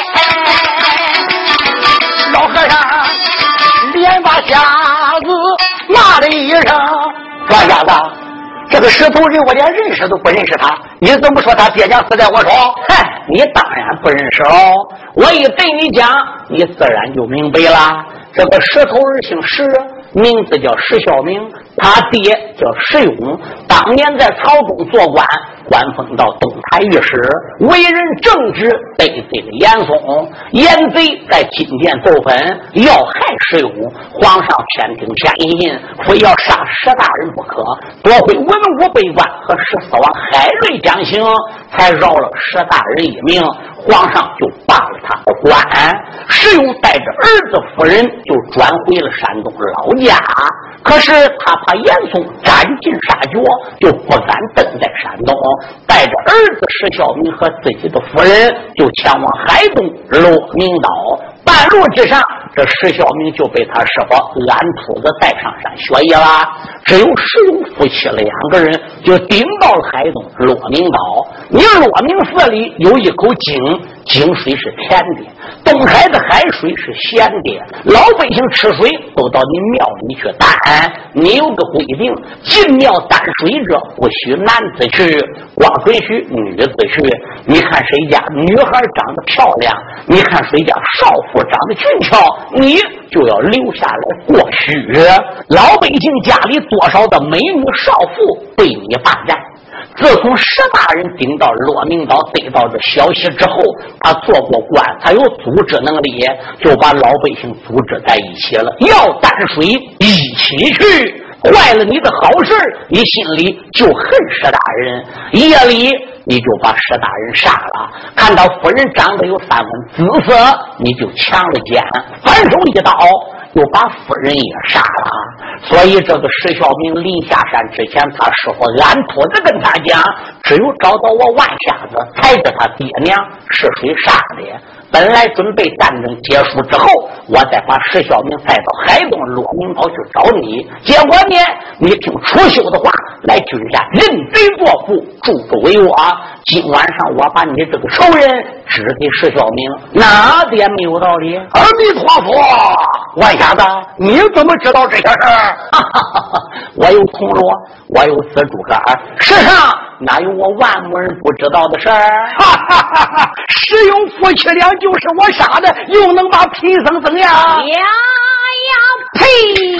老和尚连把瞎子骂了一声，老瞎子，这个石头人我连认识都不认识他，你怎么说他爹娘死在我手？ 嗨，你当然不认识喽，我一对你讲，你自然就明白了。这个石头人姓石，名字叫石孝明，他爹叫石勇，当年在朝中做官，官封到东台御史，为人正直，得罪了严嵩，严贼在金殿奏本，要害石勇，皇上偏听偏信，非要杀石大人不可，夺回文武百官和十四王海瑞将刑，才饶了石大人一命，皇上就罢了他的官。石勇带着儿子夫人就转回了山东老家，可是他怕严嵩斩尽杀绝，就不敢登在山东，带着儿子石孝明和自己的夫人就前往海东罗明岛。半路之上，这石孝明就被他师傅安秃子带上山学艺了，只有石勇夫妻两个人就顶到了海东罗明岛。你罗明寺里有一口井，井水是甜的，东海的海水是咸的，老百姓吃水都到你庙里去担。你有个规定，进庙担水者不许男子去，光准许女子去。你看谁家女孩长得漂亮，你看谁家少妇长得俊俏，你就要留下来过许。老百姓家里多少的美女少妇被你霸占。自从石大人顶到罗明岛得到这消息之后，他做过官，他有组织能力，就把老百姓组织在一起了，要担水一起去。坏了你的好事，你心里就恨石大人，夜里你就把石大人杀了，看到夫人长得有三分姿色，你就抢了奸，反手一刀又把夫人也杀了。所以这个石孝明临下山之前，他师傅安秃子跟他讲，只有找到我万瞎子，才知他爹娘是谁杀的。本来准备战争结束之后，我再把石孝明带到海东罗明岛去找你，结果呢，你听楚秀的话，来军山认贼作父，助纣为我。今晚上我把你这个仇人指给石孝明，哪点没有道理？ 阿弥陀佛，万瞎子，你怎么知道这些事儿？ 我有铜锣，我有紫竹竿，世上哪有我万母人不知道的事儿？ 石勇夫妻俩就是我杀的，又能把贫僧怎样？ 呀呀呸！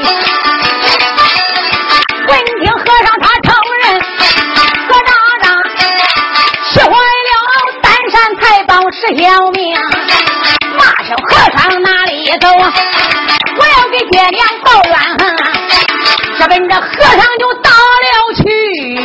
闻听和尚他承认，何大长气坏了丹山太保石小明，骂声和尚哪里走？我要给爹娘报怨。 这本这和尚就到了去，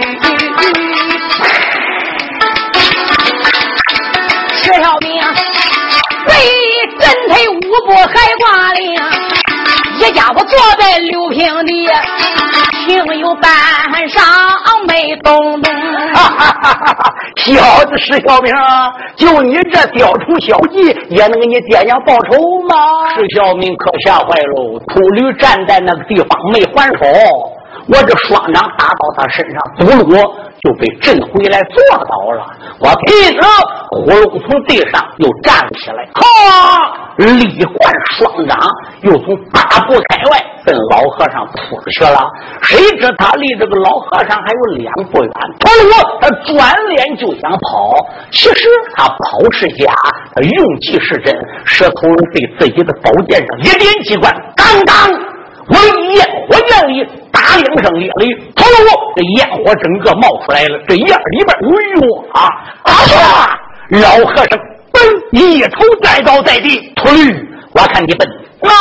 石小明被震退五步还挂铃，一家伙坐在六平地，听有半晌没动动。 哈哈哈哈哈！小子石小明，就你这雕虫小技，也能给你爹娘报仇吗？ 石小明可吓坏了，秃驴站在那个地方没还手，我这双掌打到他身上，嘟噜就被震回来坐倒了。我屁着呼噜从地上又站起来，哈，力贯双掌又从八步开外跟老和尚扑出去了。谁知他离这个老和尚还有两步远，突噜他转脸就想跑，其实他跑是假，他用计是真。石头人对自己的宝剑上一点机关，当当我焰火焰里打两声烈雷，突噜这焰火整个冒出来了，这焰里边哎呦啊啊！老和尚奔一头栽倒在地，秃驴，我看你奔哪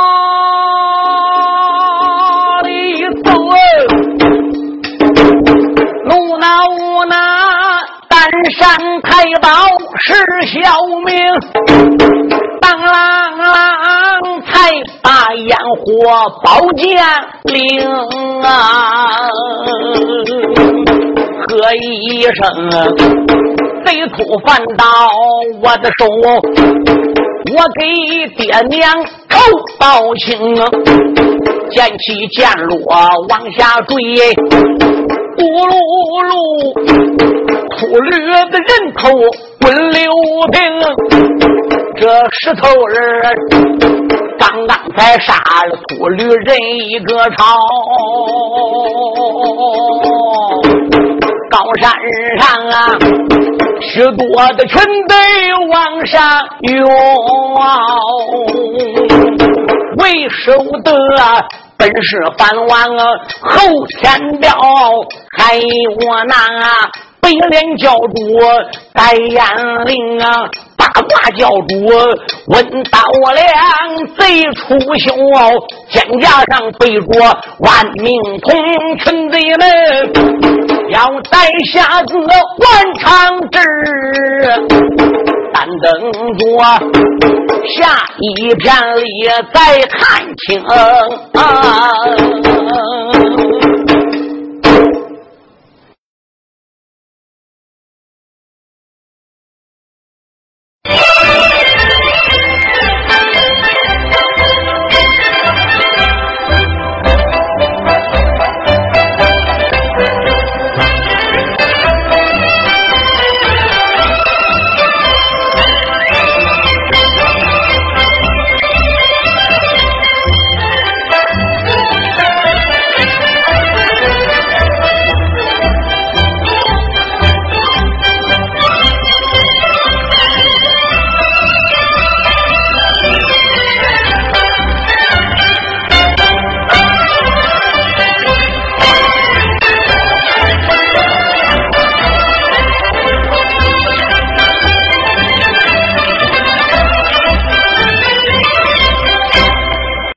里走？怒恼无那丹山太保石小明，当啷啷才把烟火宝剑领啊，喝一声贼土翻到我的手，我给爹娘仇报清，剑起剑落往下坠，咕噜噜秃驴的人头滚流平，这石头人刚刚才杀了秃驴人一个朝，高山上啊许多的群队往上涌，为首的本是藩王后天彪，还有我那北连教主戴彦令啊，八卦教主温刀良贼出修，肩胛上背着万命铜，群贼们要带下子万长志，但等着下一篇里再看清啊。